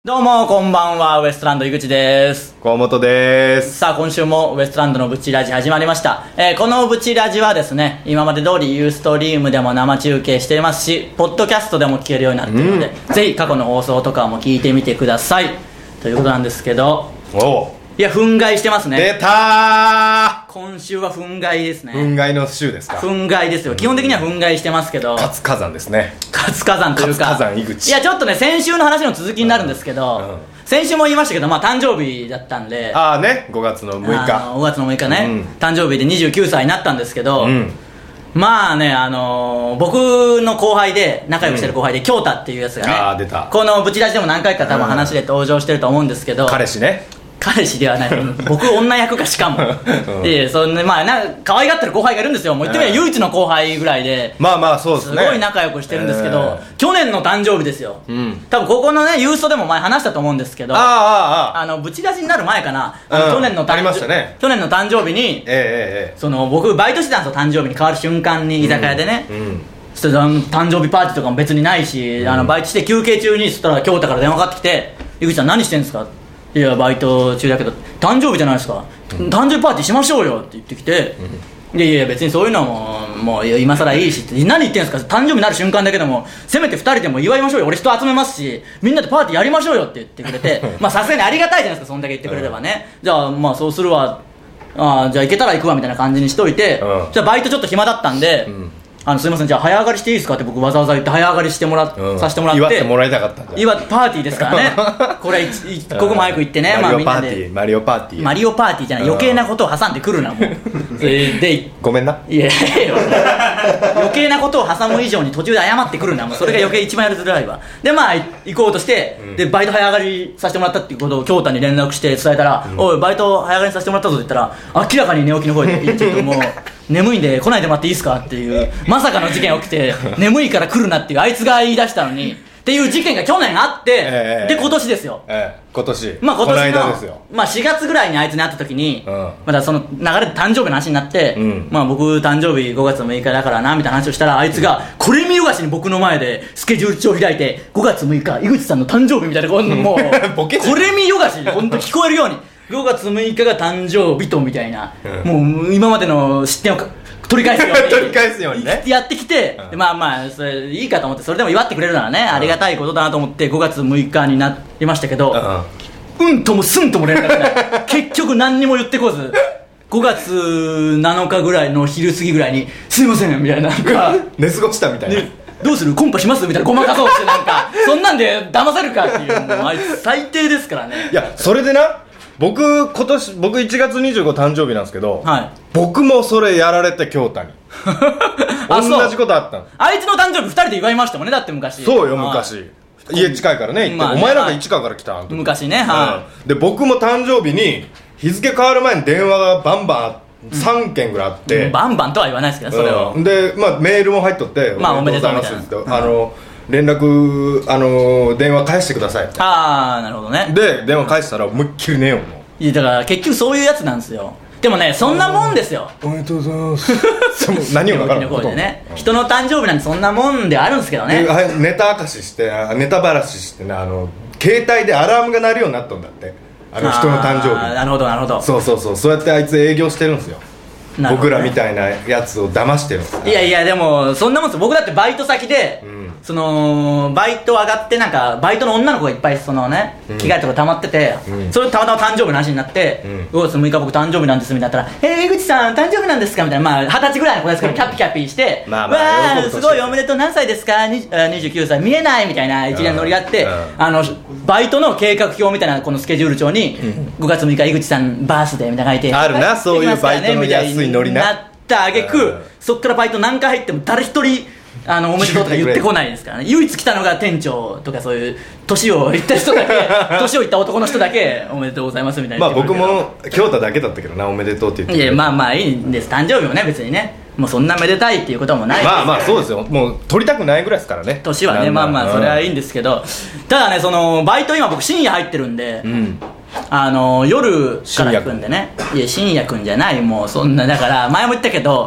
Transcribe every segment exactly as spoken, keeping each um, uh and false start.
どうもこんばんは、ウエストランド井口です。 河本です。 さあ今週もウエストランドのブチラジ始まりました、えー、このブチラジはですね、今まで通りユーストリームでも生中継していますし、ポッドキャストでも聞けるようになっているので、うん、ぜひ過去の放送とかも聞いてみてくださいということなんですけど、 おう、 いや憤慨してますね。 出たー、今週は憤慨ですね。 憤慨の週ですか。 憤慨ですよ。基本的には憤慨してますけど、 活火山ですね。 活火山というか、 活火山井口。 いやちょっとね、先週の話の続きになるんですけど、うんうん、先週も言いましたけど、まあ誕生日だったんで、 ああね、ごがつのむいか、 ごがつのむいかね、うん、誕生日でにじゅうきゅうさいになったんですけど、うん、まあね、あのー、僕の後輩で仲良くしてる後輩で、うん、京太っていうやつがね、 あ出た、 このブチラジでも何回か多分話で登場してると思うんですけど、 彼氏ね、 彼氏ではない僕女役か、しかも、うん、でそんな、まあ、なんか可愛がってる後輩がいるんですよ。もう言ってみれば唯一の後輩ぐらいで、 まあまあそうですね、 すごい仲良くしてるんですけど、えー、去年の誕生日ですよ、うん、多分ここのねユーストでも前話したと思うんですけど、ああああのブチ出しになる前かな、あの、うん、去年の誕生日、ありましたね、去年の誕生日に、えーえー、その僕バイトしてたんですよ。誕生日に変わる瞬間に居酒屋でね、うんうん、そしたら誕生日パーティーとかも別にないし、うん、あのバイトして休憩中にそしたら京太から電話かかってきて、井口さん何してんですか、いやバイト中だけど誕生日じゃないですか、うん、誕生日パーティーしましょうよって言ってきて、うん、いやいや別にそういうのももう今更いいしって、何言ってんすか、誕生日になる瞬間だけでもせめてふたりでも祝いましょうよ、俺人集めますしみんなでパーティーやりましょうよって言ってくれてまあさすがにありがたいじゃないですか、そんだけ言ってくれればね、うん、じゃあまあそうするわ、あじゃあ行けたら行くわみたいな感じにしといて、うん、じゃあバイトちょっと暇だったんで、うん、あのすいません、じゃあ早上がりしていいですかって僕わざわざ言って早上がりしてもら、うん、させてもらって、 祝ってもらいたかったんだ。 祝パーティーですからねこれ一刻も早く行ってね、 マリオパーティー、マリオパーティー、 マリオパーティーじゃない、余計なことを挟んでくるなもうそれでごめんな、 いやいや余計なことを挟む以上に途中で謝ってくるな、もうそれが余計一番やりづらいわ。でまあ行こうとして、うん、でバイト早上がりさせてもらったっていうことを京太に連絡して伝えたら、うん、おいバイト早上がりさせてもらったぞって言ったら、明らかに寝起きの声で言ってるともう眠いんで来ないでもらっていいですかっていうまさかの事件起きて眠いから来るなっていうあいつが言い出したのにっていう事件が去年あって、えー、で今年ですよ、えー、 今年、 まあ、今年のこの間ですよ、 まあ、しがつぐらいにあいつに会った時に、うん、まだその流れで誕生日の話になって、うん、まあ、僕誕生日ごがつむいかだからなみたいな話をしたら、あいつがこれ見よがしに僕の前でスケジュール帳を開いてごがつむいか井口さんの誕生日みたいな、もうこれ見よがし本当聞こえるようにごがつむいかが誕生日とみたいな、うん、もう今までの失点を取り返すように取り返すようにねやってきて、うん、まあまあそれいいかと思って、それでも祝ってくれるならね、うん、ありがたいことだなと思ってごがつむいかになりましたけど、うん、うんともすんとも連絡しない結局何にも言ってこずごがつなのかぐらいの昼過ぎぐらいにすいませんみたいな、なんか寝過ごしたみたいな、ね、 どうするコンパしますみたいなごまかそうして、なんかそんなんで騙せるかっていう、もうあいつ最低ですからね。 いやそれでな、僕今年僕いちがつにじゅうご誕生日なんですけど、はい、僕もそれやられて京太に同じことあったの。 あいつの誕生日ふたりで祝いましたもんね、だって昔。 そうよ昔、家近いからね行って、まあね、お前なんか市川から来たん昔ね、はい、 うん、で僕も誕生日に日付変わる前に電話がバンバンあって、さんけんぐらいあって、 うん、バンバンとは言わないですけどそれを、 うん、で、まあ、メールも入っとって、 まあ、おめでとうございますって、あの連絡、あの電話返してくださいって。 ああなるほどね。 で電話返したら思いっきり寝ようもう。 いやだから結局そういうやつなんですよ。でもね、そんなもんですよ。 おめでとうございます何を分からんこと、 ね、人の誕生日なんてそんなもんであるんですけどね。 ネタ明かししてネタばらししてね、あの携帯でアラームが鳴るようになったんだって、あの人の誕生日。 なるほどなるほど。 そうそうそう、そうやってあいつ営業してるんですよ、ね、僕らみたいなやつを騙してるんです。 いやいやでもそんなもんですよ。僕だってバイト先で、うん、そのバイト上がって、なんかバイトの女の子がいっぱいそのね、うん、着替えとか溜まってて、うん、それたまたま誕生日の話になって、うん、ごがつむいか僕誕生日なんですみたいなったら、えー、江口さん誕生日なんですかみたいな、まあはたちぐらいの子ですからキャピキャピしてまあまあわーすごいおめでとう何歳ですかにじゅうきゅうさい見えないみたいな一連のノリがあって、うんうん、あのバイトの計画表みたいなこのスケジュール帳に、うん、ごがつむいか井口さんバースデーみたいな書いてあるな、そういうバイトの安いノリななったあげく、そっからバイト何回入っても誰一人あのおめでとうとか言ってこないですからね。唯一来たのが店長とかそういう年をいった人だけ年をいった男の人だけおめでとうございますみたいな。 まあ僕も京太だけだったけどな、おめでとうって言ってくれる。 いやまあまあいいんです、誕生日もね別にね、もうそんなめでたいっていうこともないです。 まあまあそうですよ、もう取りたくないぐらいですからね年はね。まあまあそれはいいんですけど、ただねそのバイト今僕深夜入ってるんで、うん、あの夜から行くんでね。いや深夜くんじゃない、もうそんなだから前も言ったけど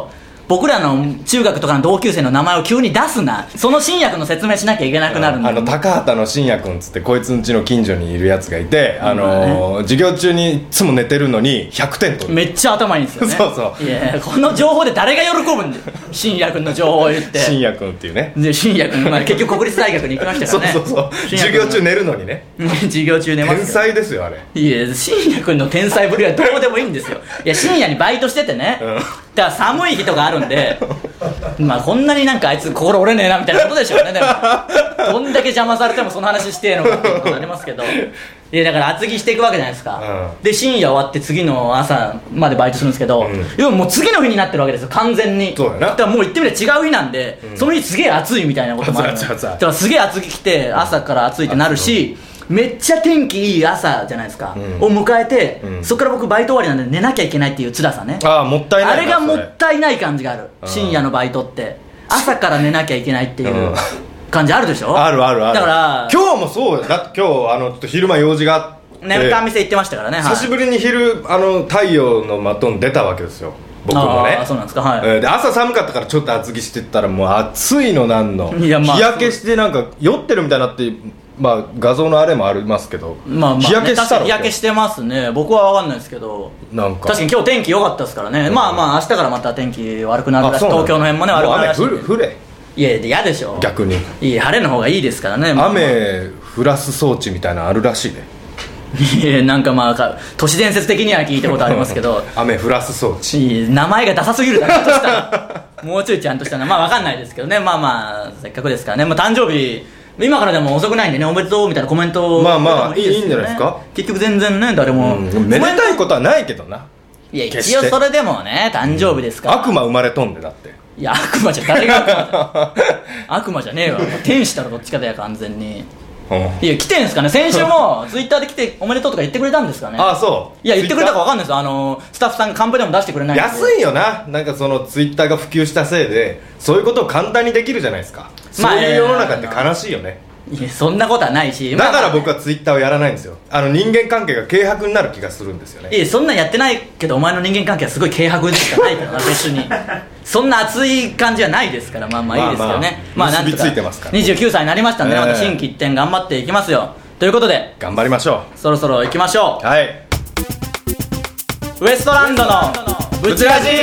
僕らの中学とかの同級生の名前を急に出すな。その信也君の説明しなきゃいけなくなるんだ。 あの高畑の信也君っつってこいつん家の近所にいるやつがいて、あのー、授業中にいつも寝てるのにひゃくてん取る。 めっちゃ頭いいんですよね。 そうそう。 いやこの情報で誰が喜ぶんだよ。信也君の情報を言って信也君っていうね。 で信也君、まあ、結局国立大学に行きましたからね。 そうそうそう。授業中寝るのにね。 授業中寝ますよ。 天才ですよあれ。 いや信也君の天才ぶりはどうでもいいんですよ。いや深夜にバイトしててね、うん、だから寒い日とかあるんでまあこんなになんかあいつ心折れねえなみたいなことでしょうね。でもどんだけ邪魔されてもその話してえのかってことになりますけど、いやだから厚着していくわけじゃないですか、うん、で深夜終わって次の朝までバイトするんですけど、うん、でももう次の日になってるわけですよ完全に。 そうだな。 だからもう言ってみれば違う日なんで、うん、その日すげえ暑いみたいなこともあるの。だからすげえ厚着着て朝から暑いってなるし、めっちゃ天気いい朝じゃないですか、うん、を迎えて、うん、そこから僕バイト終わりなんで寝なきゃいけないっていう辛さね。 ああもったいない。 あれがもったいない感じがある。深夜のバイトって朝から寝なきゃいけないっていう感じあるでしょ。 あるあるある。 だから今日もそうだって、今日あのちょっと昼間用事があってね、深店行ってましたからね、 久しぶりに昼あの太陽の的に出たわけですよ僕もね。 あそうなんですか、はい。 えー、で朝寒かったからちょっと厚着してったらもう暑いのなんの、いや、まあ、日焼けしてなんか酔ってるみたいになって、まあ画像のあれもありますけど、 まあまあ、ね、 日焼けしたの日焼けしてますね。僕は分かんないですけど、 なんか確かに今日天気良かったですからね、うん、まあまあ明日からまた天気悪くなるらしい。東京の辺もね悪くなるらしい。 雨降れ。 いや嫌でしょ逆に。 いや晴れの方がいいですからね。 雨降らす装置みたいなのあるらしいね。 いやなんかまあ都市伝説的には聞いたことありますけど雨降らす装置。 名前がダサすぎるだろとしたらもうちょいちゃんとしたのまあ分かんないですけどね。まあまあせっかくですからね、まあ、誕生日今からでも遅くないんでね、おめでとうみたいなコメントをまあまあいいですよね。いいんじゃないですか。 結局全然ね誰も、うん、 めでたいことはないけどな。 いや一応それでもね誕生日ですから、 うん、悪魔生まれとんで。だっていや悪魔じゃ誰が悪魔じゃ悪魔じゃねえわ天使だろどっちかだよ完全に。いや来てんすかね。先週もツイッターで来ておめでとうとか言ってくれたんですかね。 ああそういや言ってくれたか分かんないですよ。あのスタッフさんがカンペでも出してくれないんで。 安いよな。なんかそのツイッターが普及したせいでそういうことを簡単にできるじゃないですか。そういう世の中って悲しいよね。 いやそんなことはないし、 だから僕はツイッターをやらないんですよ。あの人間関係が軽薄になる気がするんですよね。 いやそんなんやってないけどお前の人間関係はすごい軽薄でしかないからな別にそんな熱い感じはないですから。まあまあいいですけどね。まあまあ、まあ、なんとか結びついてますから、 にじゅうきゅうさいになりましたんで、ね、えー、また心機一転頑張っていきますよということで頑張りましょう。そろそろ行きましょう。 はい。 ウエストランドのブチラジ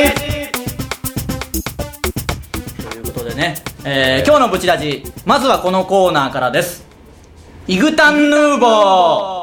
ということでね、えー、今日のブチラジまずはこのコーナーからです。イグタンヌーボー。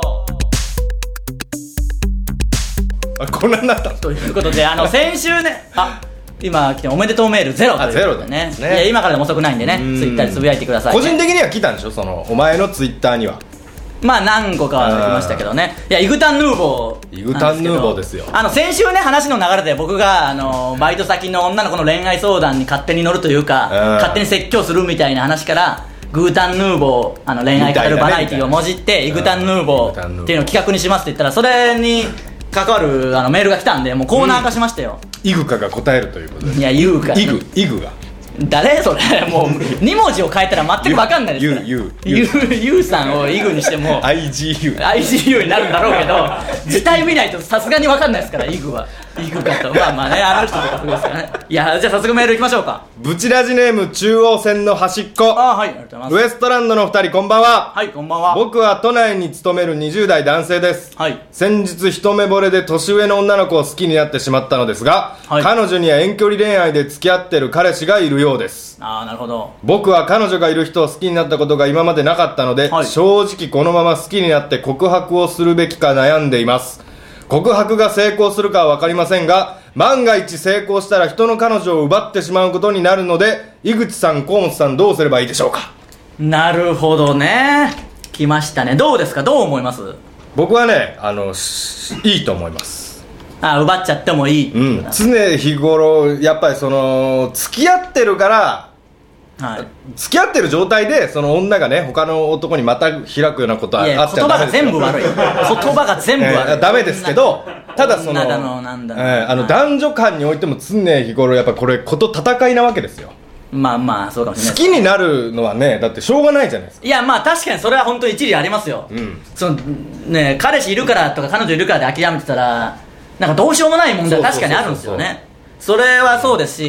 あこんなになったということであの先週ねあ今来ておめでとうメールゼロということでね。いや今からでも遅くないんでね、ツイッターでつぶやいてください、ね、 個人的には来たんでしょそのお前のツイッターには。 まあ何個かは来ましたけどね。いやイグタンヌーボーイグタンヌーボーですよ。 あの先週ね話の流れで僕があのバイト先の女の子の恋愛相談に勝手に乗るというか勝手に説教するみたいな話からグータンヌーボーあの恋愛語るバラエティをもじってイグタンヌーボーっていうのを企画にしますって言ったらそれに関わるあのメールが来たんでもうコーナー化しましたよ、 うん、イグカが答えるということで。 いやイグカ、ね、 イグイグが誰それもうに文字を変えたら全く分かんないですから。ユーユーさんをイグにしてもアイジーユーアイジーユー になるんだろうけど字体見ないとさすがに分かんないですからイグはイグかとまあまあねあの人とかですからね。いやじゃあ早速メールいきましょうか。 ブチラジネーム中央線の端っこ。 あはいありがとうございます。 ウエストランドのふたりこんばんは。 はいこんばんは。 僕は都内に勤めるにじゅう代男性です、はい、先日一目惚れで年上の女の子を好きになってしまったのですが、はい、彼女には遠距離恋愛で付き合ってる彼氏がいるようです。 ああなるほど。 僕は彼女がいる人を好きになったことが今までなかったので、はい、正直このまま好きになって告白をするべきか悩んでいます。告白が成功するかは分かりませんが万が一成功したら人の彼女を奪ってしまうことになるので井口さん河本さんどうすればいいでしょうか。 なるほどね来ましたね。どうですかどう思います。 僕はねあのいいと思います。 あ奪っちゃってもいい、 うん、常日頃やっぱりその付き合ってるからはい、付き合ってる状態でその女がね他の男にまた開くようなことはあっちゃダメですよ。 言葉が全部悪い言葉が全部悪い、 えー、ダメですけどただそのだのなんだの、 えー、あの男女間においても常日頃やっぱこれこと戦いなわけですよ。 まあまあそうかもしれない。 好きになるのはねだってしょうがないじゃないですか。 いやまあ確かにそれは本当に一理ありますよ、うん、そのね彼氏いるからとか彼女いるからで諦めてたらなんかどうしようもない問題は確かにあるんですよね。それはそうですし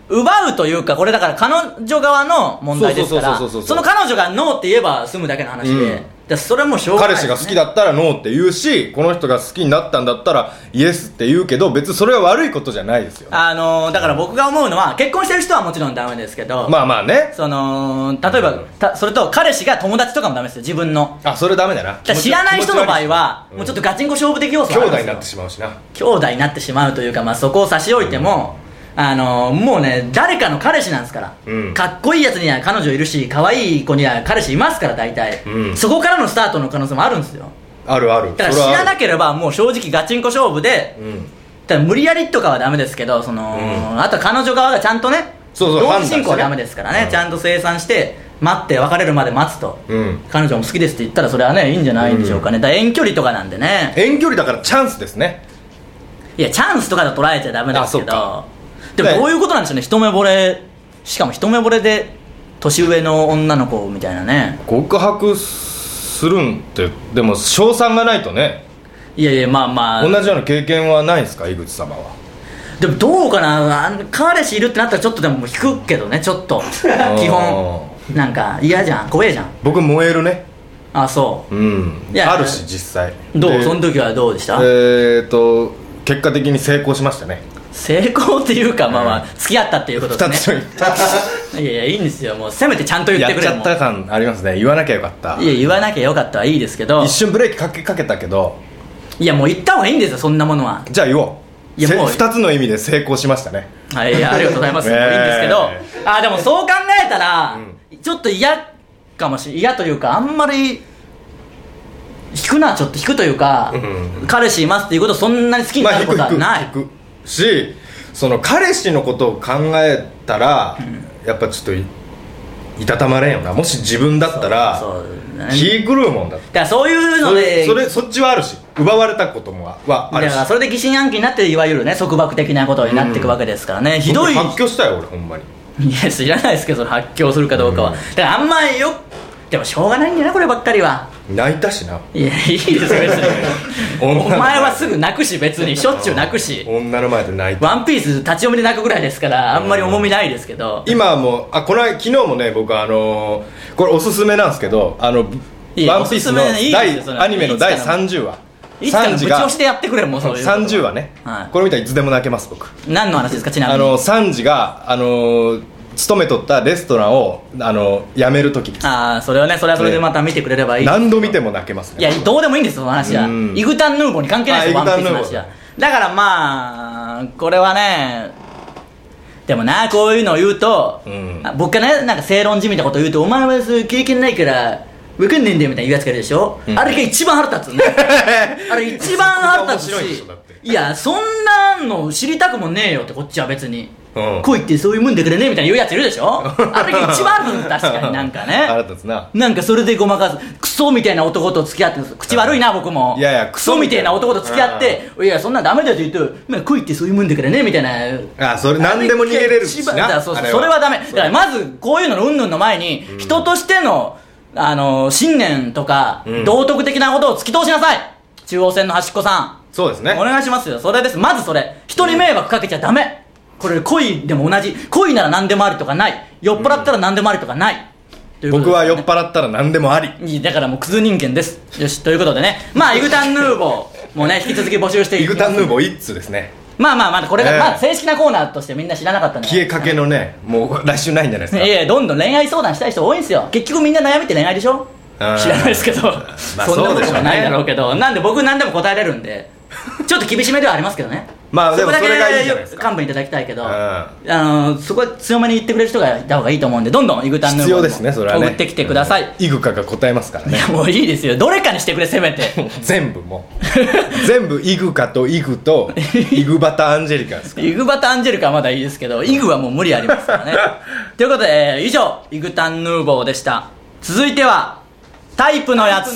奪うというか、これだから彼女側の問題ですから、その彼女がノーって言えば済むだけの話で、うんでそれもしょうがないですね。 彼氏が好きだったらノーって言うし、この人が好きになったんだったらイエスって言うけど、別にそれは悪いことじゃないですよ、ね、 あのー、だから僕が思うのは、結婚してる人はもちろんダメですけど、 まあまあね、 その例えば、うん、たそれと彼氏が友達とかもダメですよ、自分の。 あ、それダメだな。 だ知らない人の場合は、うん、もうちょっとガチンコ勝負的要素があるんですよ。 兄弟になってしまうしな。 兄弟になってしまうというか、まあ、そこを差し置いても、うんあのー、もうね、誰かの彼氏なんですから、うん、かっこいいやつには彼女いるし、可愛い子には彼氏いますから大体、うん、そこからのスタートの可能性もあるんですよ。 あるある。 だから知らなければもう正直ガチンコ勝負で、うん、だから無理やりとかはダメですけど、その、うん、あとは彼女側がちゃんとね、 そうそう同時進行はダメですからね、うん、ちゃんと清算して待って別れるまで待つと、うん、彼女も好きですって言ったらそれはねいいんじゃないんでしょうかね、うん、だから遠距離とかなんでね。 遠距離だからチャンスですね。 いやチャンスとかで捉えちゃダメですけど、でもこういうことなんですよね、一目惚れ、しかも一目惚れで年上の女の子みたいなね。 告白するんってでも賞賛がないとね。 いやいやまあまあ同じような経験はないんですか井口様は。 でもどうかな、あ彼氏いるってなったらちょっとでも引くけどね、ちょっと基本なんか嫌じゃん、怖えじゃん。 僕燃えるね。 あそう、 うん、いやあるし実際どうその時はどうでした。 えーと結果的に成功しましたね。 成功っていうかまあまあ付き合ったっていうことですね。 ふたついやいやいいんですよ、もうせめてちゃんと言ってくれ。 やっちゃった感ありますね。言わなきゃよかった。 いや言わなきゃよかったはいいですけど、 一瞬ブレーキかけかけたけど、いやもう言った方がいいんですよそんなものは。 じゃあ言おう。いやもうふたつの意味で成功しましたね。 はい、いやありがとうございます、えー、いいんですけど、あでもそう考えたら、うん、ちょっと嫌かもしれ嫌というか、あんまり引くな、ちょっと引くというか、うん、彼氏いますっていうことをそんなに好きになることはない、まあ、引く引く引くし、その彼氏のことを考えたら、うん、やっぱちょっと い, いたたまれんよな。もし自分だったら気狂うもんだって。 だからそういうのでそ, そ, れそっちはあるし、奪われたこともはあるし、だからそれで疑心暗鬼になっていわゆるね束縛的なことになっていくわけですからね、うん、ひどい。 発狂したよ俺ほんまに。 いや知らないですけどその発狂するかどうかは、うん、だからあんまりよでもしょうがないんだよなこればっかりは。 泣いたしな。 いやいいです別にお前はすぐ泣くし、別にしょっちゅう泣くし、 女の前で泣いた。 ワンピース立ち読みで泣くぐらいですからあんまり重みないですけど、 今はもうあこの昨日もね僕あのー、これおすすめなんですけど、あのワンピースの第アニメのだいさんじゅうわ、 いつかのぶち押しでやってくれもうそういうさんじゅうわね、はい、これ見たらいつでも泣けます僕。 何の話ですかちなみに。 あのサンジがあのー勤めとったレストランをあの辞める時です。 ああそれはね、それはそれでまた見てくれればいい、ね、 何度見ても泣けますね。 いやどうでもいいんですよその話は。イグタンヌーボーに関係ないですよワンピースの話は。だからまあこれはね、でもなこういうのを言うと、うん、僕がねなんか正論じみたことを言うと、お前はそういう経験ないから分かんねえんだよみたいな言うやつがいるでしょ、うん、あれが一番腹立つねあれ一番腹立つし、いやそんなの知りたくもねえよってこっちは別に、うん、恋ってそういうもんだからねみたいな言うやついるでしょあれが一番あるん確かになんかね腹立つな。 なんかそれでごまかすクソみたいな男と付き合って、口悪いな僕も。 いやいやクソみたいな男と付き合って、いやそんなダメだよって言うと、まあ、恋ってそういうもんだからねみたいな。 あそれ何でも逃げれるしな。 そうそうそれはダメだからまずこういうののうんぬんの前に、うん、人としてのあの信念とか、うん、道徳的なことを突き通しなさい中央線の端っこさん。 そうですねお願いしますよ。それですまずそれ。人に迷惑かけちゃダメ、これ恋でも同じ。恋なら何でもありとかない、酔っ払ったら何でもありとかない、うん、 僕は酔っ払ったら何でもあり。 だからもうクズ人間です。よしということでね、まあイグタンヌーボーもね引き続き募集していきます。 イグタンヌーボー一通ですね。 まあまあまだこれが、えーまあ、正式なコーナーとしてみんな知らなかったんで消えかけのね、もう来週ないんじゃないですか。 いやどんどん恋愛相談したい人多いんですよ。結局みんな悩みって恋愛でしょ。知らないですけど、まあ、そんなことはないだろうけど、なんで僕何でも答えれるんでちょっと厳しめではありますけどね。 まあでもそれがいいじゃないですか。 勘弁いただきたいけど、あのそこは強めに言ってくれる人がいた方がいいと思うんで、どんどんイグタンヌーボーも送ってきてください。 イグカが答えますからね。 いやもういいですよ、どれかにしてくれせめて全部もう全部イグカとイグとイグバタアンジェリカですか。 イグバタアンジェリカはまだいいですけど、イグはもう無理ありますからねということで、えー、以上イグタンヌーボーでした。続いてはタイプのやつ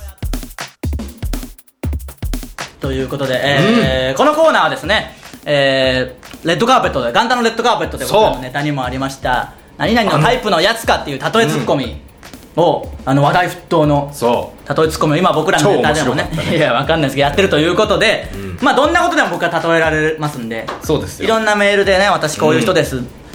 ということで、えーうん、このコーナーはですね、えー、レッドカーペットで元旦のレッドカーペットで僕らのネタにもありました何々のタイプのやつかっていう例えツッコミを、うん、あの話題沸騰の例えツッコミを今僕らのネタでも ね, ねいやわかんないですけどやってるということで、うん、まあどんなことでも僕は例えられますんで、 そうですよ。 いろんなメールでね、私こういう人です、うん、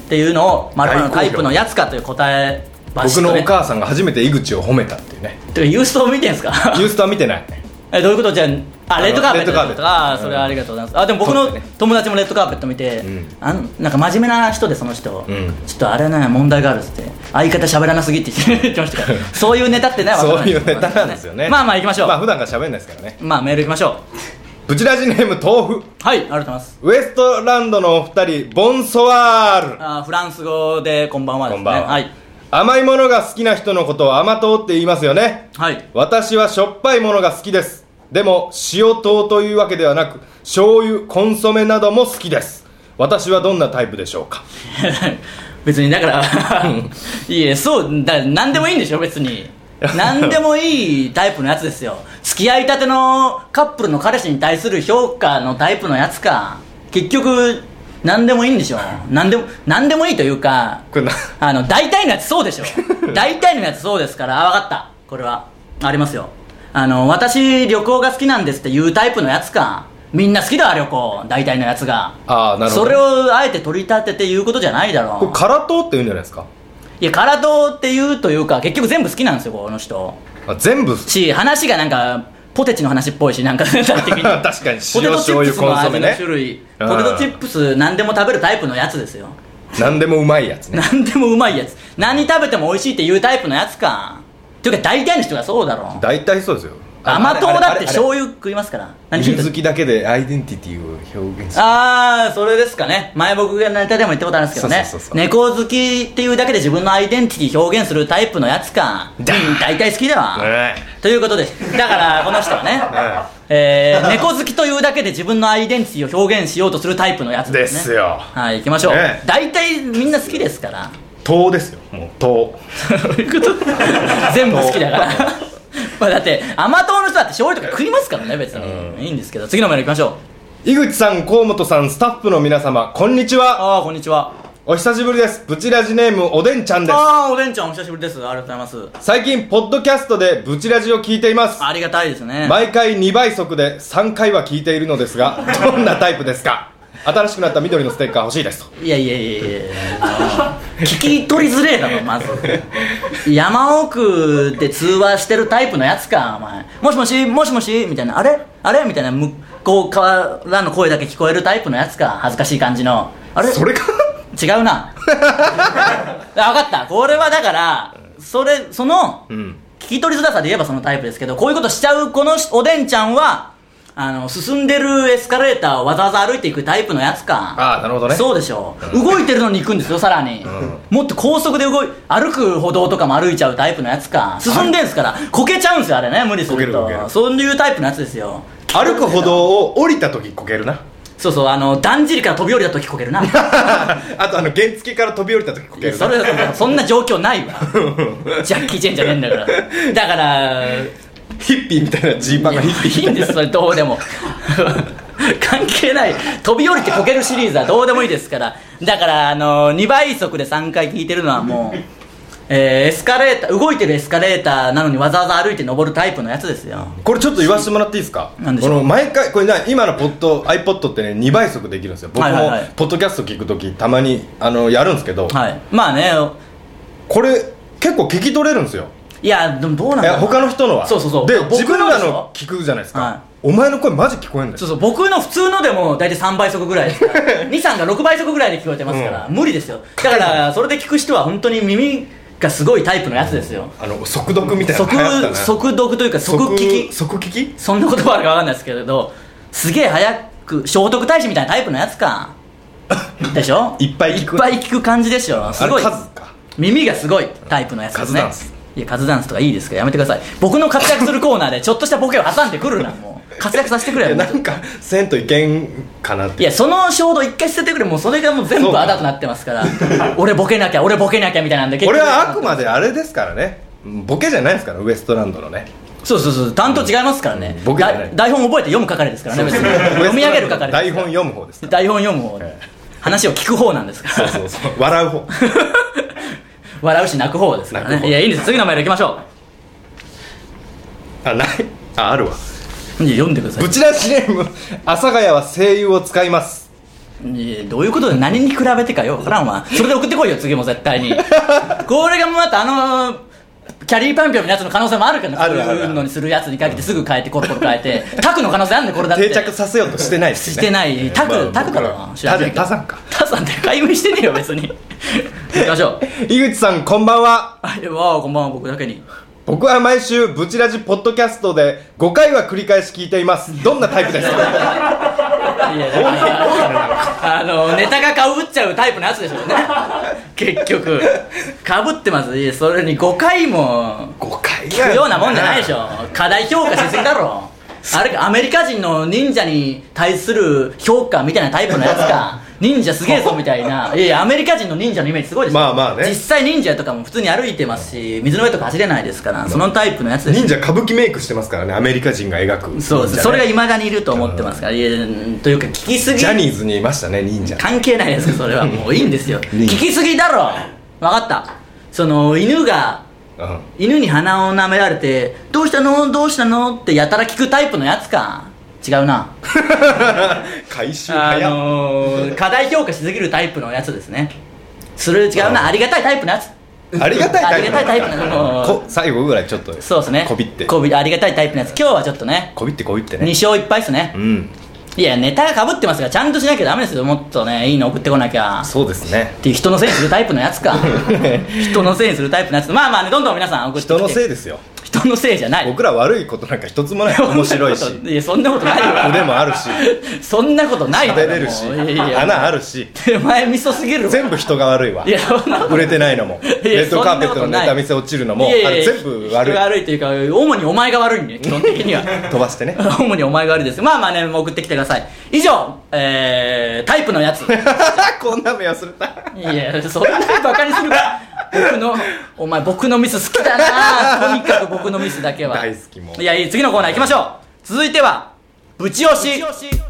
っていうのを〇〇のタイプのやつかという答えバシッと、ね、 僕のお母さんが初めて井口を褒めたっていうね。 てかユースト見てんすか？ ユーストは見てない。 えどういうこと？じゃあ、あレッドカーペットとか、あ、 うん、 それはありがとうございます。あでも僕の友達もレッドカーペット見て、うん、あのなんか真面目な人でその人、うん、ちょっとあれね問題があるっつって相方喋らなすぎって言ってましたからそういうネタってね、 そういうネタなんですよね。 まあまあ行きましょう。 まあ普段から喋んないですからね。 まあメール行きましょう。 ブチラジネーム豆腐。 はい、ありがとうございます。 ウエストランドのお二人ボンソワール。 あフランス語でこんばんはですね。こんばんは。はい。 甘いものが好きな人のことを甘党って言いますよね。 はい。 私はしょっぱいものが好きです。でも塩糖というわけではなく醤油、コンソメなども好きです。私はどんなタイプでしょうか？ 別にだからいえそうだ何でもいいんでしょ別に何でもいいタイプのやつですよ。付き合いたてのカップルの彼氏に対する評価のタイプのやつか。結局何でもいいんでしょ。何でも何でもいいというかあの大体のやつそうでしょ大体のやつそうですから。あ分かった、これはありますよ。あの私旅行が好きなんですっていうタイプのやつか。みんな好きだ旅行大体のやつが。 あなるほど。 それをあえて取り立てて言うことじゃないだろう。 これ辛党って言うんじゃないですか？ いや辛党って言うというか結局全部好きなんですよこの人。 あ全部し話がなんかポテチの話っぽいしなんか的に確かに塩醤油コンソメね。 種類ポテトチップス何でも食べるタイプのやつですよ。 何でもうまいやつね。 何でもうまいやつ。何食べても美味しいっていうタイプのやつか。というか大体の人がそうだろう。 大体そうですよ。 甘党だって醤油食いますから。 水好きだけでアイデンティティを表現する。 ああそれですかね。前僕がネタでも言ったことあるんですけどね。そうそうそうそう。猫好きっていうだけで自分のアイデンティティ表現するタイプのやつか。うん、大体好きだわ、ね、ということでだからこの人はね、えー、猫好きというだけで自分のアイデンティティを表現しようとするタイプのやつですね。 ですよ。 はい行きましょう、ね、大体みんな好きですから。 糖ですよもう糖そういうこと全部好きだからまあだって甘党の人だって醤油とか食いますからね別に、うん、いいんですけど次のメールいきましょう。井口さん、河本さん、スタッフの皆様こんにちは。 ああこんにちは。 お久しぶりです。ブチラジネームおでんちゃんです。 ああおでんちゃんお久しぶりです。ありがとうございます。 最近ポッドキャストでブチラジを聞いています。 ありがたいですね。 毎回にばい速でさんかいは聞いているのですがどんなタイプですか？新しくなった緑のステッカー欲しいですと。 いやいやいやいや聞き取りづれえだろまず山奥で通話してるタイプのやつかお前。もしもしもしもしみたいなあれあれみたいな向こうからの声だけ聞こえるタイプのやつか。恥ずかしい感じのあれそれか違うな分かった。これはだからそれその、うん、聞き取りづらさで言えばそのタイプですけどこういうことしちゃうこのおでんちゃんはあの進んでるエスカレーターをわざわざ歩いていくタイプのやつか。 ああなるほどね。 そうでしょ、うん、動いてるのに行くんですよさらに、うん、もっと高速で動い歩く歩道とかも歩いちゃうタイプのやつか。進んでんすからこけちゃうんすよあれね無理すると。そういうタイプのやつですよ。 歩く歩道を降りた時こけるな。 そうそうあのだんじりから飛び降りた時こけるなあとあの原付から飛び降りた時こけるな。 それそんな状況ないわジャッキー・チェンじゃねえんだからだからヒッピーみたいなジーパンがヒッピーみたいな。 いいんですそれどうでも関係ない。飛び降りてこけるシリーズはどうでもいいですから。だからあのにばい速でさんかい聞いてるのはもうえー、エスカレーター動いてるエスカレーターなのにわざわざ歩いて登るタイプのやつですよ。 これちょっと言わせてもらっていいですか？ なんでしょう。 この毎回これな今のポッド iPod ってねにばい速できるんですよ。僕もポッドキャスト聞くときたまにあのやるんですけど、 はい、まあねこれ結構聞き取れるんですよ。 いやでもどうなんだろう。 他の人のはそうそうそうで自分らの聞くじゃないですか、はい、お前の声マジ聞こえんだよ。 そうそう僕の普通のでも大体さんばい速ぐらいですからにさんがろくばい速ぐらいで聞こえてますから、うん、無理ですよ。だからそれで聞く人は本当に耳がすごいタイプのやつですよ。 あの速読みたいなの流行ったね。 速読というか速聞き速聞きそんな言葉あるか分かんないですけれどすげえ早く聖徳太子みたいなタイプのやつかでしょいっぱい聞くいっぱい聞く感じでしょ。すごい数か耳がすごいタイプのやつですね。 数ダンスいやカズダンスとかいいですからやめてください。僕の活躍するコーナーでちょっとしたボケを挟んでくるなもう活躍させてくれよ。 なんかせんといけんかなって。 いやその衝動一回捨ててくれ。もうそれがもう全部あだとなってますから俺ボケなきゃ俺ボケなきゃみたいなんでこれはあくまであれですからね。ボケじゃないですからウエストランドのね。 そうそうそう担当違いますからね、うん、ボケじゃない台本覚えて読む係ですからね別に読み上げる係です。 台本読む方です。 台本読む方、えー、話を聞く方なんですから。 そうそうそう笑う方笑うし泣く方ですからね。いやいいんです。次のメールいきましょう。あないああるわ。 いや読んでください。 ブチラジネーム阿佐ヶ谷は声優を使います。 どういうことで何に比べてかよ分からんわ。それで送ってこいよ次も絶対にこれがまたあのキャリーパンピョンのやつの可能性もあるから、そういうのにするやつにかけてすぐ変えてコロコロ変えてタクの可能性あるんだよこれだって定着させようとしてないですよね。 してないタク、タクだろな。 タさんか。 タさんって解明してねえよ別に行きましょう。 井口さんこんばんは。 あわあこんばんは。僕だけに。 僕は毎週ブチラジポッドキャストでごかいは繰り返し聞いています。どんなタイプですか？ いやあのネタがかぶっちゃうタイプのやつでしょうね結局かぶってます。いやそれにごかいもごかい聞くようなもんじゃないでしょ。過大評価しすぎだろあれアメリカ人の忍者に対する評価みたいなタイプのやつか忍者すげえぞみたいな。いやいやアメリカ人の忍者のイメージすごいでしょ。 まあまあね、 実際忍者とかも普通に歩いてますし水の上とか走れないですから、そのタイプのやつです。 忍者歌舞伎メイクしてますからね、アメリカ人が描く。 そうです、ね、それがいまだにいると思ってますから。いやというか聞きすぎ。 ジャニーズにいましたね忍者。 関係ないですかそれはもういいんですよ聞きすぎだろ。分かった。その犬がうん、犬に鼻を舐められてどうしたのどうしたのってやたら聞くタイプのやつか。違うな回収あのー、過大評価しすぎるタイプのやつですね。それ違うな。ありがたいタイプのやつ。 ありがたいタイプのやつ。 タイプの最後ぐらいちょっとそうですねこびってこびありがたいタイプのやつ。今日はちょっとねこびってこびってねに勝いっぱいですね。 うんいやネタがかぶってますからちゃんとしなきゃダメですよ。もっとねいいの送ってこなきゃ。 そうですねっていう人のせいにするタイプのやつか人のせいにするタイプのやつ。まあまあねどんどん皆さん送ってきて。 人のせいですよ。 人のせいじゃない。 僕ら悪いことなんか一つもない。面白いしいやそんなことないわ。 腕もあるしそんなことない。 食べれるし穴あるし手前味噌すぎるわ。 全部人が悪いわ。 いやそんな売れてないのもレッドカーペットのネタ見せ落ちるのもあれ全部悪い。 人が悪いというか主にお前が悪いんで基本的には飛ばしてね主にお前が悪いです。まあまあね送ってきてください。以上、えー、タイプのやつこんな目忘れた。 いやそんなにバカにするか僕のお前僕のミス好きだなとにかく僕のミスだけは大好き。もいやいい次のコーナー行きましょう。続いてはぶち押し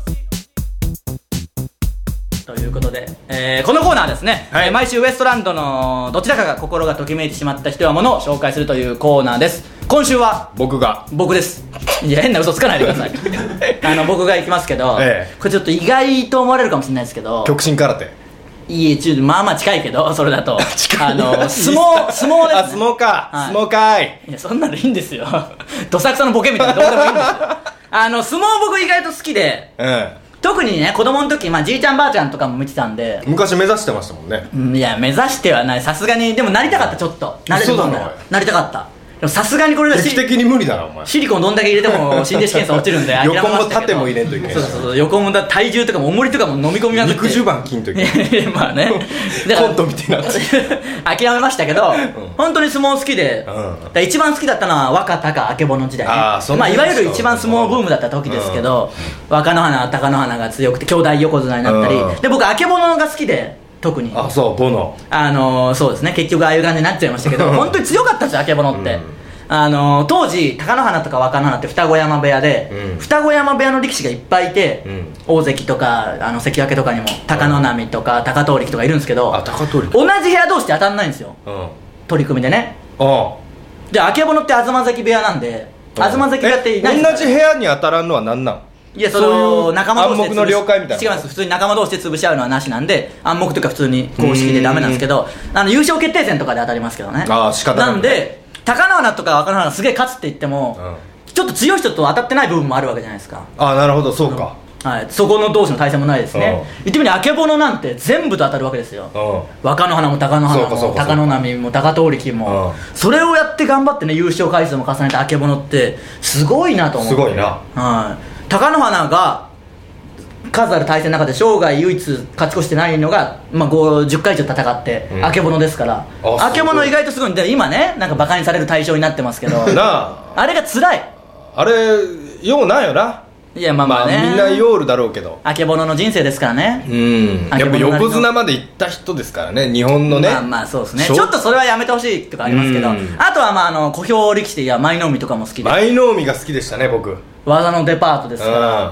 ということで、えー、このコーナーはですね、はい、毎週ウエストランドのどちらかが心がときめいてしまった人やものを紹介するというコーナーです。今週は僕が僕です。いや変な嘘つかないでくださいあの僕が行きますけど、ええ、これちょっと意外と思われるかもしれないですけど極真空手。 いえちょっとまあまあ近いけどそれだとあの相撲相撲です、ね、 あ相撲か、はい、相撲かい。 いやそんなのいいんですよどさくさのボケみたいなどうでもいいんですよあの相撲僕意外と好きで、うん特にね子供の時、まあ、じいちゃんばあちゃんとかも見てたんで昔目指してましたもんね。 うん、いや目指してはないさすがに。でもなりたかった。ちょっとなれるもんならなりたかった。でもさすがにこれで劇的に無理だなお前。 シリコンどんだけ入れても心霊試験差落ちるんで諦めましたけど横も縦も入れんといけない。 そうそうそう横もだ体重とかも重りとかも飲み込みまくって肉襦袢筋といけないまあねコントみたいな諦めましたけど、うん、本当に相撲好きで、うん、一番好きだったのは若貴あけぼの時代ね。あまあいわゆる一番相撲ブームだった時ですけど、うん、若乃花貴乃花が強くて兄弟横綱になったり、うん、で僕あけぼのが好きで特にあそうボノあのー、そうですね結局ああいう感じになっちゃいましたけど本当に強かったんですよあけぼのって、うんあのー、当時貴乃花とか若乃花って双子山部屋で、うん、双子山部屋の力士がいっぱいいて、うん、大関とかあの関脇とかにも貴乃波とか貴闘力とかいるんですけど、 あ貴闘力同じ部屋同士で当たんないんですよ、うん、取り組みでね。あであけぼのって東関部屋なんで東関部屋っていないんです同じ部屋に当たらんのは何なん？ いやその仲間同士で暗黙の了解みたいな。 違います。普通に仲間同士で潰し合うのはなしなんで暗黙とか普通に公式でダメなんですけどあの優勝決定戦とかで当たりますけどね。 ああ仕方ない。 なんで貴乃花とか若乃花すげえ勝つって言っても、うん、ちょっと強い人と当たってない部分もあるわけじゃないですか。 ああなるほどそうか、 うんはい、そこの同士の対戦もないですね。言ってみればあけぼのなんて全部と当たるわけですよ。若乃花も貴乃花も貴乃波も貴闘力もそれをやって頑張ってね優勝回数も重ねたあけぼのってすごいなと思って。 すごいな、 はい、貴乃花が数ある対戦の中で生涯唯一勝ち越してないのが、まあ、じゅっかい以上戦ってあけぼのですからあけぼの意外とすごいんで今ねなんかバカにされる対象になってますけどなああれが辛いあれようないよな。 いやまあまあね、 まあ、みんなようるだろうけどあけぼのの人生ですからね。 うんやっぱ横綱まで行った人ですからね日本のね。 まあまあそうですねちょっとそれはやめてほしいとかありますけどあとはまああの小兵力士でいや舞の海とかも好きで舞の海が好きでしたね僕。 技のデパートですから、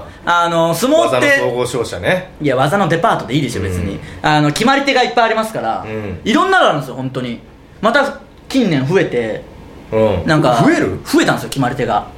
あの相撲って技の総合商社ね。 いや技のデパートでいいでしょ別に、うん、あの決まり手がいっぱいありますから、うん、いろんなのあるんですよ本当に。また近年増えて、うん、なんか増える増えたんですよ決まり手が。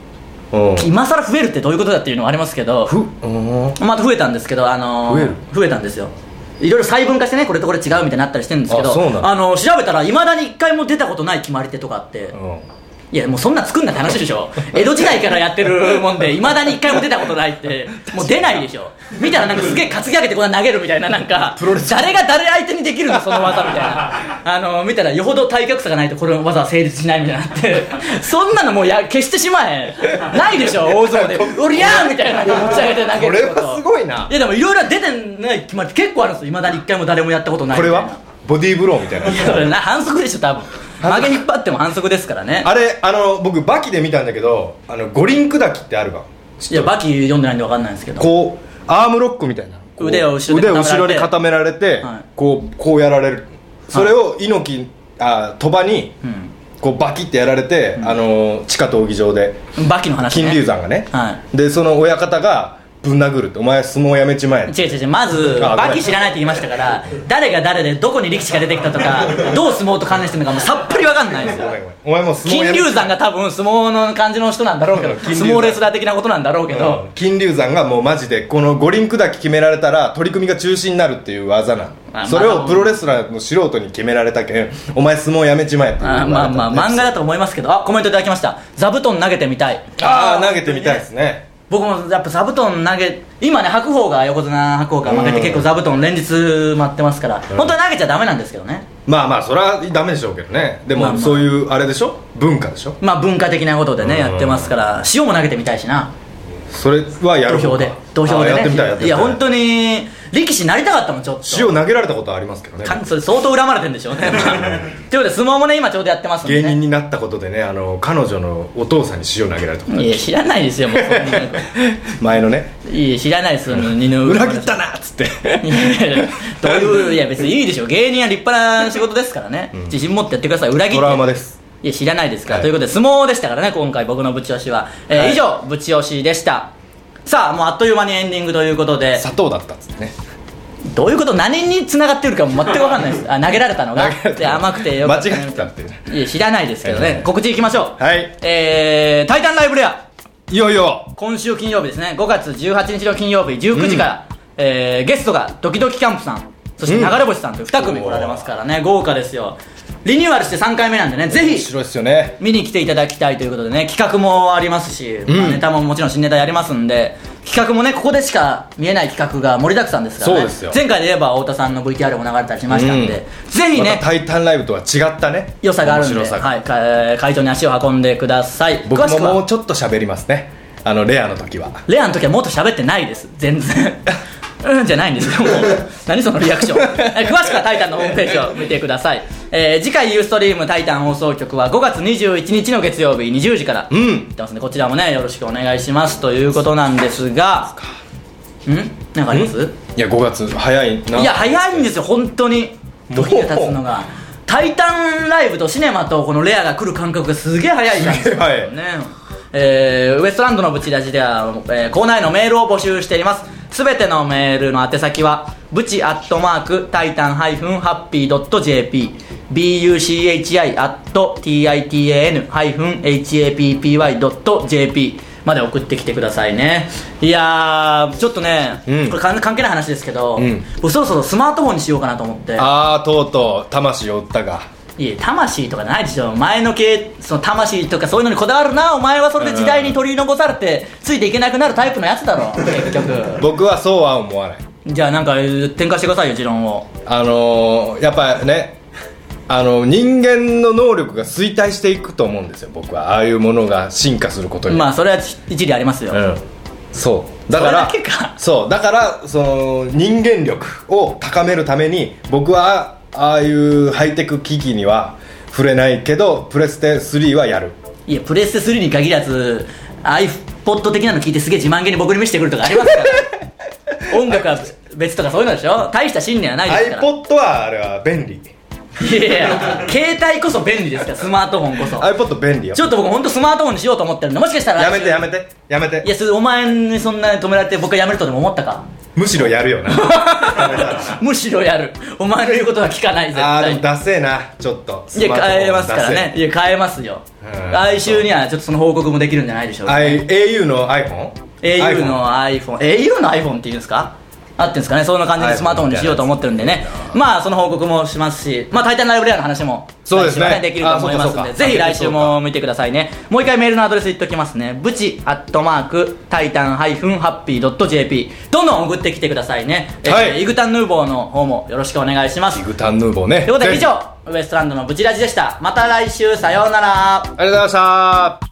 今更増えるってどういうことだっていうのはありますけど、ふまた増えたんですけど、あのー、増える増えたんですよ。いろいろ細分化してね、これとこれ違うみたいになったりしてるんですけど、 あ, あの調べたらいまだにいっかいも出たことない決まり手とかあって、うん、いやもうそんな作んなって話でしょ。江戸時代からやってるもんでいまだにいっかいも出たことないってもう出ないでしょ。見たらなんかすげえ担ぎ上げてこんな投げるみたいな、なんか誰が誰相手にできるのその技みたいな、あの見たらよほど体格差がないとこの技は成立しないみたいになって、そんなのもうや消してしまえ。ないでしょ大相撲でおりゃーみたいなの持ち上げて投げること。 これはすごいな。 いやでもいろいろ出てない決まり結構あるんですよ。いまだにいっかいも誰もやったことないみたいな。 これはボディーブローみたいな。 いやな反則でしょ多分。曲げ引っ張っても反則ですからね。 あれあの僕バキで見たんだけど、あの五輪砕きってあるか。 いやバキ読んでないんで分かんないんですけど、 こうアームロックみたいな、 腕を後ろで腕を後ろに固められて、はい、こうこうやられる。それを猪木あ鳥羽に、うん、こうバキってやられて、うん、あの地下闘技場でバキの話ね、 金龍山がね、 はい、でその親方がぶん殴るって、お前相撲やめちまえ。 違う違う違う、まずバキ知らないって言いましたから、誰が誰でどこに力士が出てきたとかどう相撲と関連してるのかもうさっぱり分かんないですよ。 お前もう相撲やめ金龍山が多分相撲の感じの人なんだろうけど、相撲レスラー的なことなんだろうけど、 うん、金龍山がもうマジでこの五輪砕き決められたら取り組みが中止になるっていう技なの、まあ、それをプロレスラーの素人に決められたけん、お前相撲やめちまえっていう。 あまあまあ漫画だと思いますけど、あコメントいただきました。座布団投げてみたい。 ああ投げてみたいですね。 僕もやっぱ座布団投げ、今ね白鵬が横綱白鵬が負けて結構座布団連日待ってますから、うん、本当は投げちゃダメなんですけどね。 まあまあそれはダメでしょうけどね。でも、まあまあ、そういうあれでしょ、文化でしょ。 まあ文化的なことでねやってますから、塩も投げてみたいしな。 それはやる土俵で土俵でねやってみたいやってみたい。 いや本当に力士になりたかったもん。ちょっと塩投げられたことはありますけどね。 それ相当恨まれてるんでしょうね。ということで相撲もね今ちょうどやってますんで、ね、 芸人になったことでね、あの彼女のお父さんに塩投げられたことある。 いや知らないですよもう前のね。 いや知らないですよ二の裏切ったなっつって。 いやどういういや別にいいでしょ、芸人は立派な仕事ですからね、うん、自信持ってやってください。裏切ってトラウマです。 いや知らないですから、はい、ということで相撲でしたからね今回僕のぶち押しは、えーはい、以上ぶち押しでした。さあもうあっという間にエンディングということで、 砂糖だったっつってね。 どういうこと、何に繋がってるかも全く分かんないです。あ投げられたのがで甘くてよかった、 間違ってたっていや知らないですけどね、告知いきましょう。 はい、 えー、タイタンライブレアいよいよ今週金曜日ですね、ごがつじゅうはちにちの金曜日じゅうくじから、うんえー、ゲストがドキドキキャンプさん、そして流れ星さんというに組来られますからね、豪華ですよ。リニューアルしてさんかいめなんでね、ぜひ面白いですよね、 見に来ていただきたいということでね、企画もありますし、うんまあ、ネタももちろん新ネタやりますんで、企画もねここでしか見えない企画が盛りだくさんですからね。 そうですよ。 前回で言えば太田さんの ブイティーアール も流れたりしましたんで、うん、ぜひね、 またタイタンライブとは違ったね良さがあるんで、はい、会場に足を運んでください。 僕ももうちょっと喋りますね、あのレアの時は。 レアの時はもっと喋ってないです全然うんじゃないんですよもう何そのリアクション詳しくはタイタンのホームページを見てください。えー、次回ユーストリームタイタン放送局はごがつにじゅういちにちの月曜日にじゅうじからうんやってますんで、こちらもねよろしくお願いしますということなんですが、んなんかあります？ いやごがつ早いな。 いや早いんですよ本当に、時が経つのがタイタンライブとシネマとこのレアが来る感覚がすげえ早いじゃんですよ、 はいねえー、ウエストランドのブチラジでは、えー、コーナーへのメールを募集しています。すべてのメールの宛先はブチアットマークタイタンハイフンハッピードットジェーピー ビーユーシーエイチアイアットティーアイティーエーエヌハイフンエイチエーピーピーワイドットジェーピーまで送ってきてくださいね。いやーちょっとね、うん、これ関係ない話ですけど、うん、僕そろそろスマートフォンにしようかなと思って。 あーとうとう魂を売ったが。 いや魂とかないでしょ、前の系その魂とかそういうのにこだわるなお前は。それで時代に取り残されてついていけなくなるタイプのやつだろ結局僕はそうは思わない。 じゃあなんか展開してくださいよ持論を。 あのー、やっぱねあの人間の能力が衰退していくと思うんですよ僕は。ああいうものが進化することに。 まあそれは一理ありますよ、うん、 そうだからそれだけか。 そうだからその人間力を高めるために僕はああいうハイテク機器には触れないけどプレステスリーはやる。 いやプレステスリーに限らず iPod 的なの聞いてすげえ自慢げに僕に見せてくるとかありますから音楽は別とかそういうのでしょ。大した信念はないですから。 iPod はあれは便利。 いやいや携帯こそ便利ですからスマートフォンこそ。 iPod 便利よ。 ちょっと僕本当スマートフォンにしようと思ってるんで、もしかしたらやめてやめてやめて。 いやそれお前にそんなに止められて僕がやめるとでも思ったか。 むしろやるよなむしろやる。お前の言うことは聞かない絶対。 あーでもダセえなちょっと。 いや変えますからね。いや変えますよ。来週にはちょっとその報告もできるんじゃないでしょうか、ね。 エーユー の iPhone？ エーユー の iPhone。エーユー の iPhone っていうんですか？あってんですかね。そんな感じでスマートフォンにしようと思ってるんでね。まあその報告もしますし、まあタイタンライブレアの話もそうですね、 できると思いますんで、ぜひ来週も見てくださいね。もう一回メールのアドレス言っときますね。ブチアットマークタイタンハイフンハッピードットジェーピー。どんどん送ってきてくださいね。はい、えー、イグタンヌーボーの方もよろしくお願いします。 イグタンヌーボーね。 ということで以上ウエストランドのブチラジでした。また来週さようなら。 ありがとうございました。